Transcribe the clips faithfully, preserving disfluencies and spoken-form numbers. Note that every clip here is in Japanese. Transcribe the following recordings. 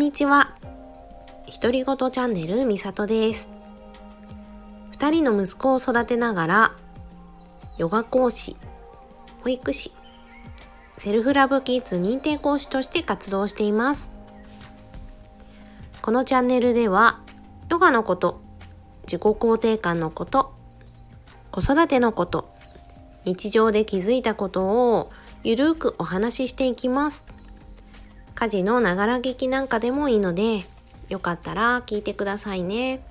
にちは。独り言チャンネルみさとです。二人の息子を育てながらヨガ講師、保育士、セルフラブキッズ認定講師として活動しています。このチャンネルではヨガのこと、自己肯定感のこと、子育てのこと、日常で気づいたことをゆるくお話ししていきます。家事のながら聞きなんかでもいいので、よかったら聞いてくださいね。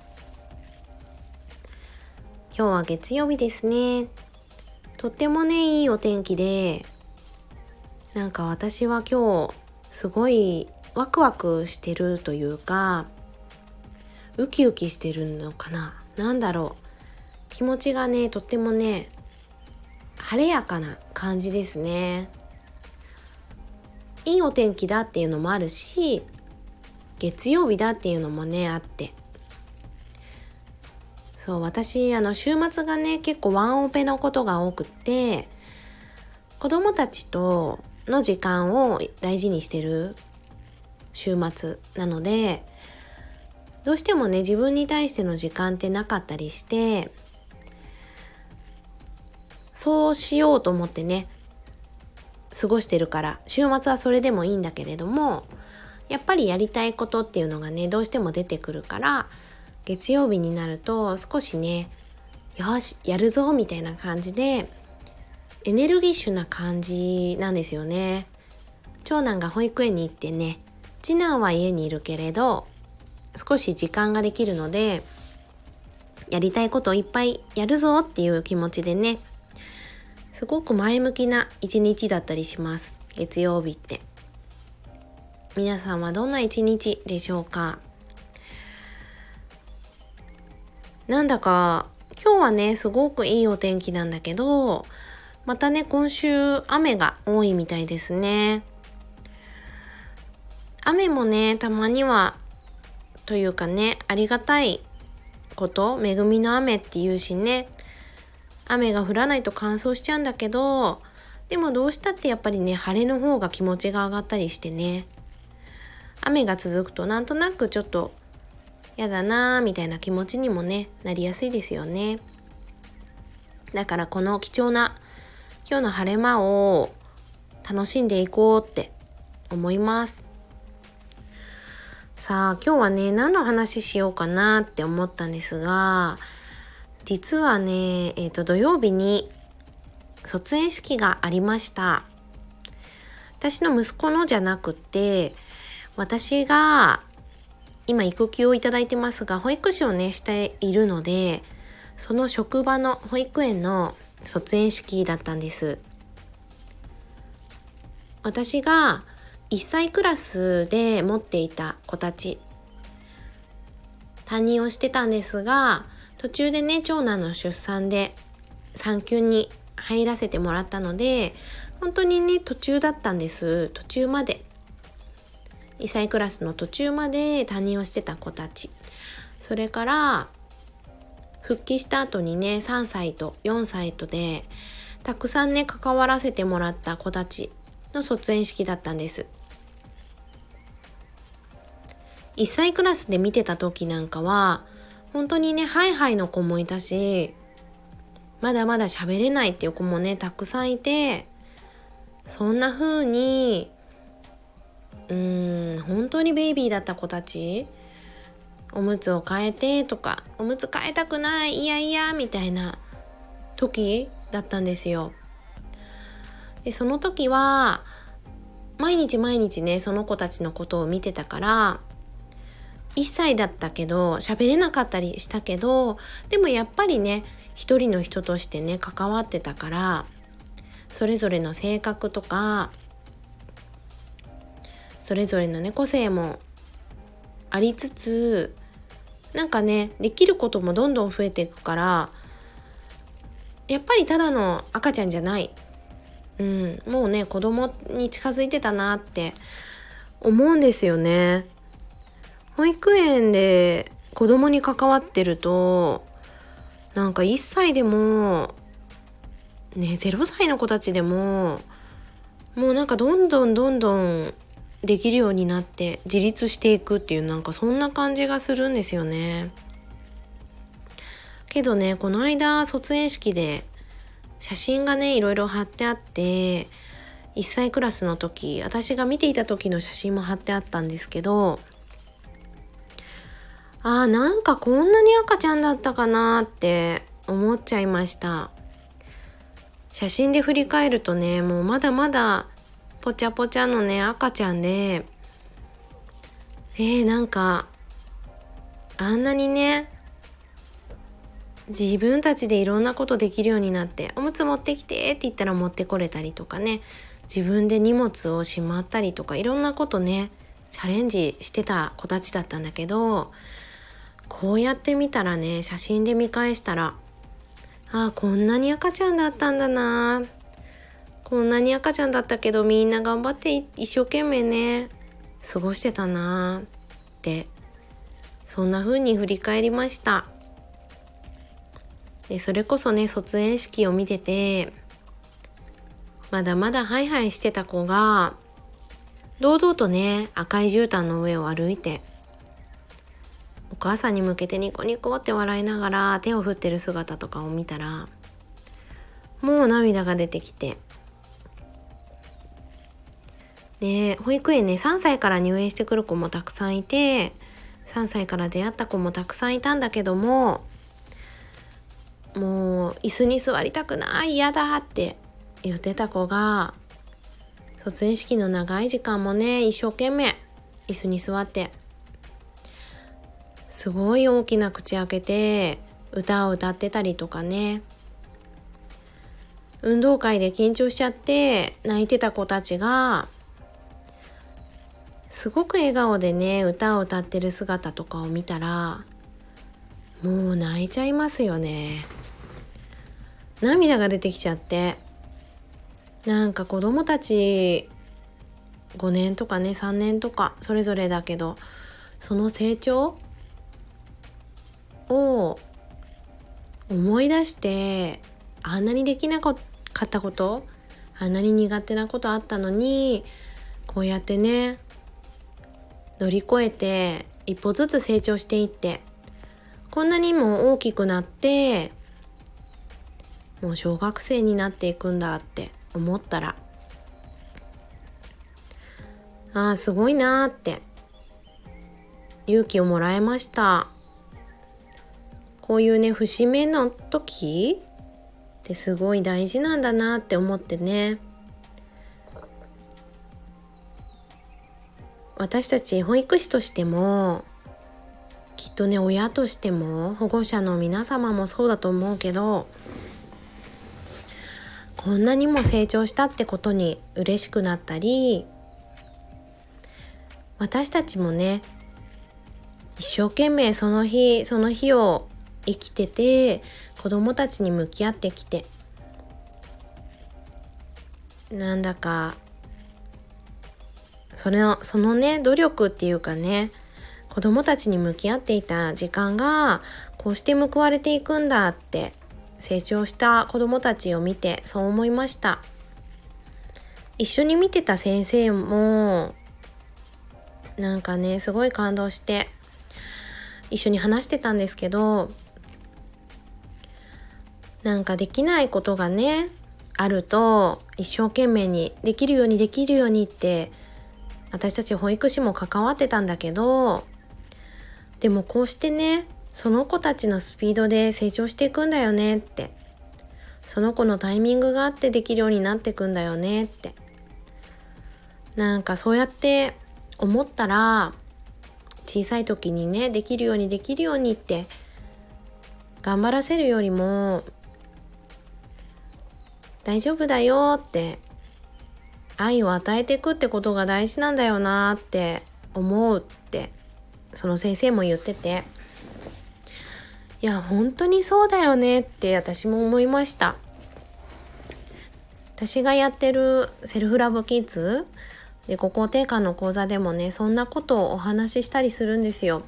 今日は月曜日ですね。とってもねいいお天気で、なんか私は今日すごいワクワクしてるというか、ウキウキしてるのかな、なんだろう、気持ちがねとってもね晴れやかな感じですね。いいお天気だっていうのもあるし、月曜日だっていうのもねあって、そう私あの週末がね結構ワンオペのことが多くって、子供たちとの時間を大事にしてる週末なので、どうしてもね自分に対しての時間ってなかったりして、そうしようと思ってね過ごしてるから、週末はそれでもいいんだけれども、やっぱりやりたいことっていうのがねどうしても出てくるから、月曜日になると少しねよしやるぞみたいな感じでエネルギッシュな感じなんですよね。長男が保育園に行ってね、次男は家にいるけれど少し時間ができるので、やりたいことをいっぱいやるぞっていう気持ちでね、すごく前向きな一日だったりします。月曜日って。皆さんはどんな一日でしょうか。なんだか今日はねすごくいいお天気なんだけど、またね今週雨が多いみたいですね。雨もねたまにはというかね、ありがたいこと、恵みの雨っていうしね、雨が降らないと乾燥しちゃうんだけど、でもどうしたってやっぱりね晴れの方が気持ちが上がったりしてね、雨が続くとなんとなくちょっとやだなーみたいな気持ちにもねなりやすいですよね。だからこの貴重な今日の晴れ間を楽しんでいこうって思います。さあ今日はね何の話しようかなって思ったんですが、実はね、えーと、土曜日に卒園式がありました。私の息子のじゃなくて、私が今育休をいただいてますが、保育士をねしているので、その職場の保育園の卒園式だったんです。私がいっさいクラスで持っていた子たち、担任をしてたんですが、途中でね長男の出産で産休に入らせてもらったので、本当にね途中だったんです。途中までいっさいクラスの途中まで担任をしてた子たち、それから復帰した後にねさんさいとよんさいとでたくさんね関わらせてもらった子たちの卒園式だったんです。いっさいクラスで見てた時なんかは本当にねハイハイの子もいたし、まだまだ喋れないっていう子もねたくさんいて、そんな風にうーん本当にベイビーだった子たち、おむつを変えてとか、おむつ変えたくない、いやいやみたいな時だったんですよ。でその時は毎日毎日ねその子たちのことを見てたから、いっさいだったけど喋れなかったりしたけど、でもやっぱりね一人の人としてね関わってたから、それぞれの性格とかそれぞれのね個性もありつつ、なんかねできることもどんどん増えていくから、やっぱりただの赤ちゃんじゃない、うん、もうね子供に近づいてたなって思うんですよね。保育園で子供に関わってると、なんかいっさいでもねゼロさいの子たちでももうなんかどんどんどんどんできるようになって自立していくっていう、なんかそんな感じがするんですよね。けどね、この間卒園式で写真がねいろいろ貼ってあって、いっさいクラスの時、私が見ていた時の写真も貼ってあったんですけど、あーなんかこんなに赤ちゃんだったかなって思っちゃいました。写真で振り返るとね、もうまだまだぽちゃぽちゃのね赤ちゃんで、えー、なんかあんなにね自分たちでいろんなことできるようになって、おむつ持ってきてって言ったら持ってこれたりとかね、自分で荷物をしまったりとか、いろんなことねチャレンジしてた子たちだったんだけど、こうやって見たらね、写真で見返したら、ああこんなに赤ちゃんだったんだな、こんなに赤ちゃんだったけどみんな頑張って一生懸命ね過ごしてたなって、そんな風に振り返りました。でそれこそね、卒園式を見てて、まだまだハイハイしてた子が堂々とね赤い絨毯の上を歩いて、お母さんに向けてニコニコって笑いながら手を振ってる姿とかを見たら、もう涙が出てきて、で保育園ねさんさいから入園してくる子もたくさんいて、さんさいから出会った子もたくさんいたんだけども、もう椅子に座りたくない、嫌だって言ってた子が、卒園式の長い時間もね一生懸命椅子に座って、すごい大きな口開けて歌を歌ってたりとかね、運動会で緊張しちゃって泣いてた子たちがすごく笑顔でね歌を歌ってる姿とかを見たら、もう泣いちゃいますよね。涙が出てきちゃって、なんか子供たちごねんとかねさんねんとかそれぞれだけど、その成長を思い出して、あんなにできなかったこと、あんなに苦手なことあったのに、こうやってね乗り越えて一歩ずつ成長していって、こんなにも大きくなってもう小学生になっていくんだって思ったら、ああすごいなーって勇気をもらえました。こういうね節目の時ってすごい大事なんだなって思ってね、私たち保育士としても、きっとね親としても保護者の皆様もそうだと思うけど、こんなにも成長したってことに嬉しくなったり、私たちもね一生懸命その日その日を生きてて、子供たちに向き合ってきて、なんだかそれのそのね努力っていうかね、子供たちに向き合っていた時間がこうして報われていくんだって、成長した子供たちを見てそう思いました。一緒に見てた先生もなんかねすごい感動して一緒に話してたんですけど、なんかできないことがねあると一生懸命にできるようにできるようにって、私たち保育士も関わってたんだけど、でもこうしてねその子たちのスピードで成長していくんだよねって、その子のタイミングがあってできるようになっていくんだよねって、なんかそうやって思ったら、小さい時にねできるようにできるようにって頑張らせるよりも、大丈夫だよって愛を与えていくってことが大事なんだよなって思うってその先生も言ってて、いや本当にそうだよねって私も思いました。私がやってるセルフラブキッズで自己肯定感の講座でもねそんなことをお話ししたりするんですよ。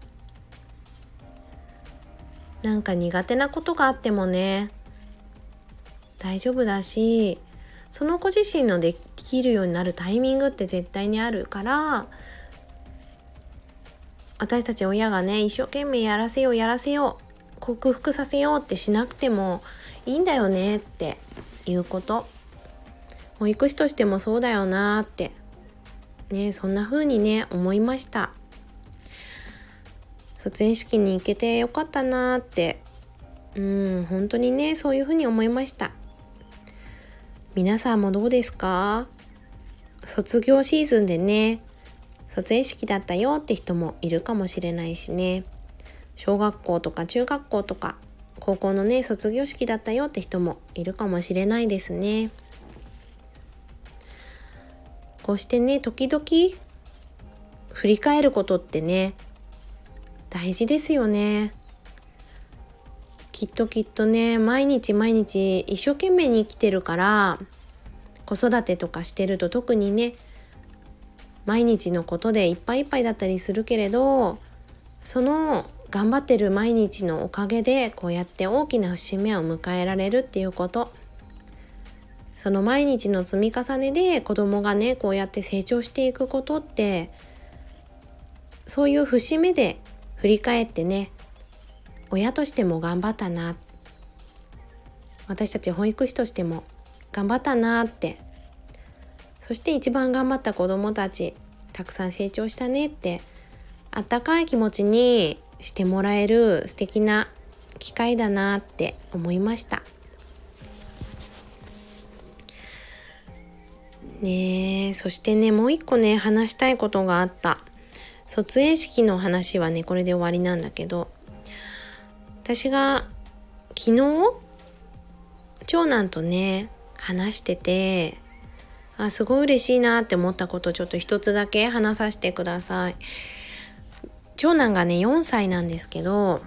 なんか苦手なことがあってもね大丈夫だし、その子自身のできるようになるタイミングって絶対にあるから、私たち親がね一生懸命やらせようやらせよう克服させようってしなくてもいいんだよねっていうこと、保育士としてもそうだよなってね、そんな風にね思いました。卒園式に行けてよかったなって、うん本当にねそういう風に思いました。皆さんもどうですか？卒業シーズンでね卒園式だったよって人もいるかもしれないしね、小学校とか中学校とか高校のね卒業式だったよって人もいるかもしれないですね。こうしてね時々振り返ることってね大事ですよね。きっときっとね毎日毎日一生懸命に生きてるから、子育てとかしてると特にね毎日のことでいっぱいいっぱいだったりするけれど、その頑張ってる毎日のおかげでこうやって大きな節目を迎えられるっていうこと、その毎日の積み重ねで子供がねこうやって成長していくことって、そういう節目で振り返ってね、親としても頑張ったな、私たち保育士としても頑張ったなって、そして一番頑張った子供たちたくさん成長したねってあったかい気持ちにしてもらえる素敵な機会だなって思いましたね。えそしてねもう一個ね話したいことがあった。卒園式の話はねこれで終わりなんだけど、私が昨日長男とね話してて、あすごい嬉しいなって思ったことをちょっと一つだけ話させてください。長男がねよんさいなんですけど、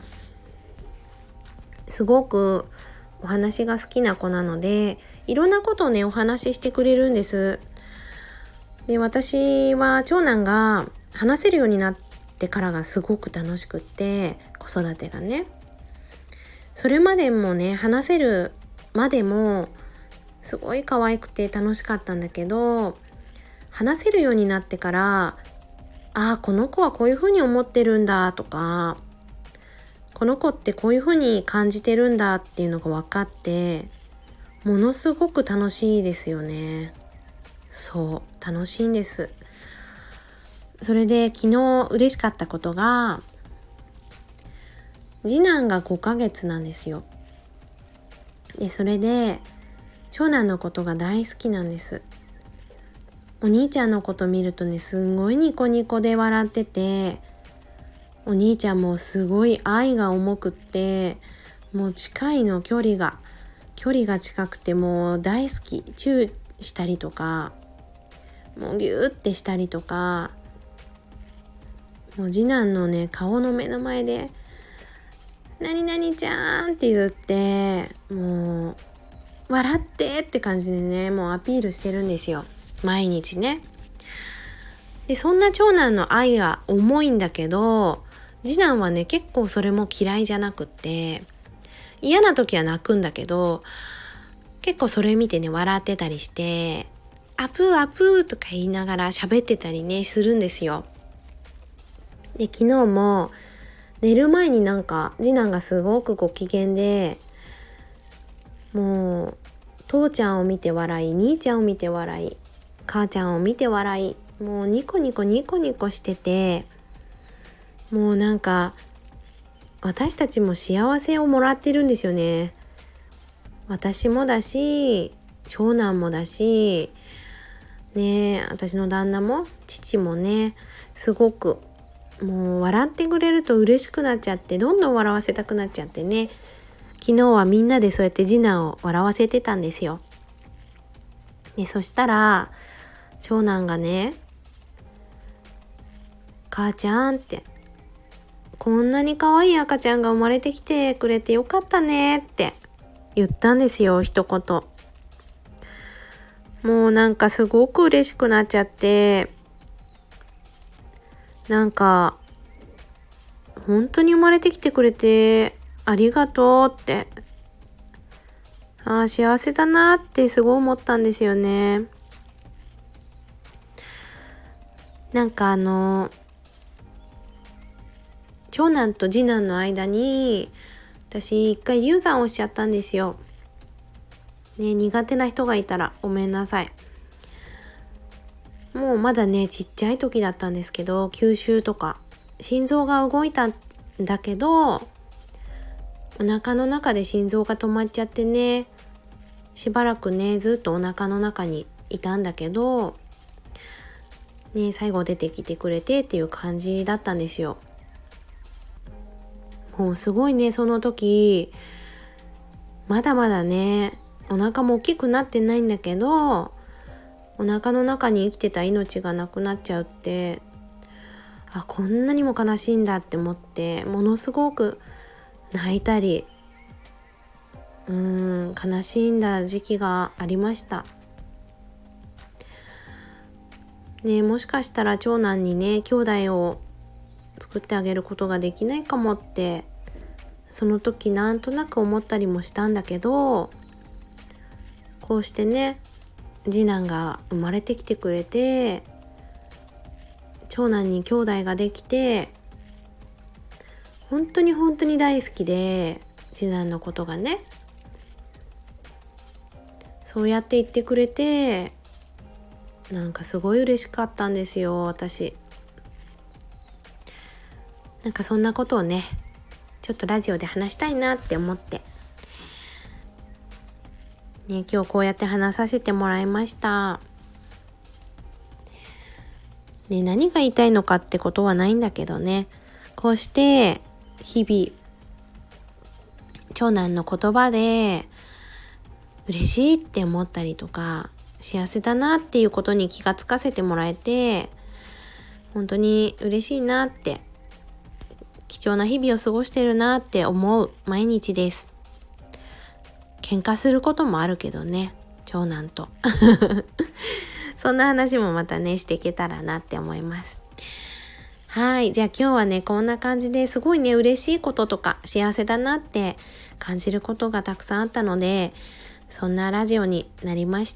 すごくお話が好きな子なのでいろんなことをねお話ししてくれるんです。で私は長男が話せるようになってからがすごく楽しくって、子育てがねそれまでもね話せるまでもすごい可愛くて楽しかったんだけど、話せるようになってからああこの子はこういうふうに思ってるんだとか、この子ってこういうふうに感じてるんだっていうのが分かって、ものすごく楽しいですよね。そう楽しいんです。それで昨日嬉しかったことが、次男がごかげつなんですよ。でそれで長男のことが大好きなんです。お兄ちゃんのこと見るとねすんごいニコニコで笑ってて、お兄ちゃんもすごい愛が重くって、もう近いの距離が距離が近くてもう大好き、チューしたりとかもうギューってしたりとか、もう次男のね顔の目の前で何々ちゃんって言ってもう笑ってって感じでねもうアピールしてるんですよ毎日ね。でそんな長男の愛が重いんだけど、次男はね結構それも嫌いじゃなくって、嫌な時は泣くんだけど結構それ見てね笑ってたりして、アプーアプーとか言いながら喋ってたりねするんですよ。で昨日も寝る前になんか次男がすごくご機嫌で、もう父ちゃんを見て笑い、兄ちゃんを見て笑い、母ちゃんを見て笑い、もうニコニコニコニコしてて、もうなんか私たちも幸せをもらってるんですよね。私もだし長男もだしね、私の旦那も父もねすごくもう笑ってくれると嬉しくなっちゃって、どんどん笑わせたくなっちゃってね、昨日はみんなでそうやって次男を笑わせてたんですよ。でそしたら長男がね、母ちゃんってこんなに可愛い赤ちゃんが生まれてきてくれてよかったねって言ったんですよ、一言。もうなんかすごく嬉しくなっちゃって、なんか本当に生まれてきてくれてありがとうって、ああ幸せだなってすごい思ったんですよね。 なんかあの長男と次男の間に私一回流産をしちゃったんですよ。ね、苦手な人がいたらごめんなさい。もうまだねちっちゃい時だったんですけど、吸収とか心臓が動いたんだけど、お腹の中で心臓が止まっちゃってね、しばらくねずっとお腹の中にいたんだけどね、最後出てきてくれてっていう感じだったんですよ。もうすごいね、その時まだまだねお腹も大きくなってないんだけど、お腹の中に生きてた命がなくなっちゃうって、あ、こんなにも悲しいんだって思って、ものすごく泣いたりうーん悲しんだ時期がありましたね。もしかしたら長男にね兄弟を作ってあげることができないかもってその時なんとなく思ったりもしたんだけど、こうしてね次男が生まれてきてくれて、長男に兄弟ができて、本当に本当に大好きで、次男のことがねそうやって言ってくれて、なんかすごい嬉しかったんですよ私。なんかそんなことをねちょっとラジオで話したいなって思ってね、今日こうやって話させてもらいました。ね、何が言いたいのかってことはないんだけどね、こうして日々長男の言葉で嬉しいって思ったりとか、幸せだなっていうことに気がつかせてもらえて、本当に嬉しいなって、貴重な日々を過ごしてるなって思う毎日です。喧嘩することもあるけどね、長男とそんな話もまたねしていけたらなって思います。はい、じゃあ今日はねこんな感じですごいね嬉しいこととか幸せだなって感じることがたくさんあったので、そんなラジオになりました。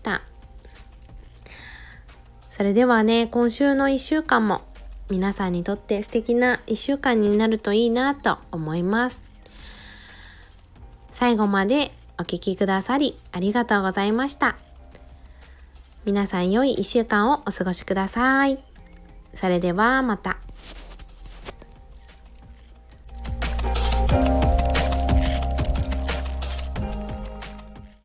それではね、今週のいっしゅうかんも皆さんにとって素敵ないっしゅうかんになるといいなと思います。最後までお聞きくださりありがとうございました。皆さん良いいっしゅうかんをお過ごしください。それではまた。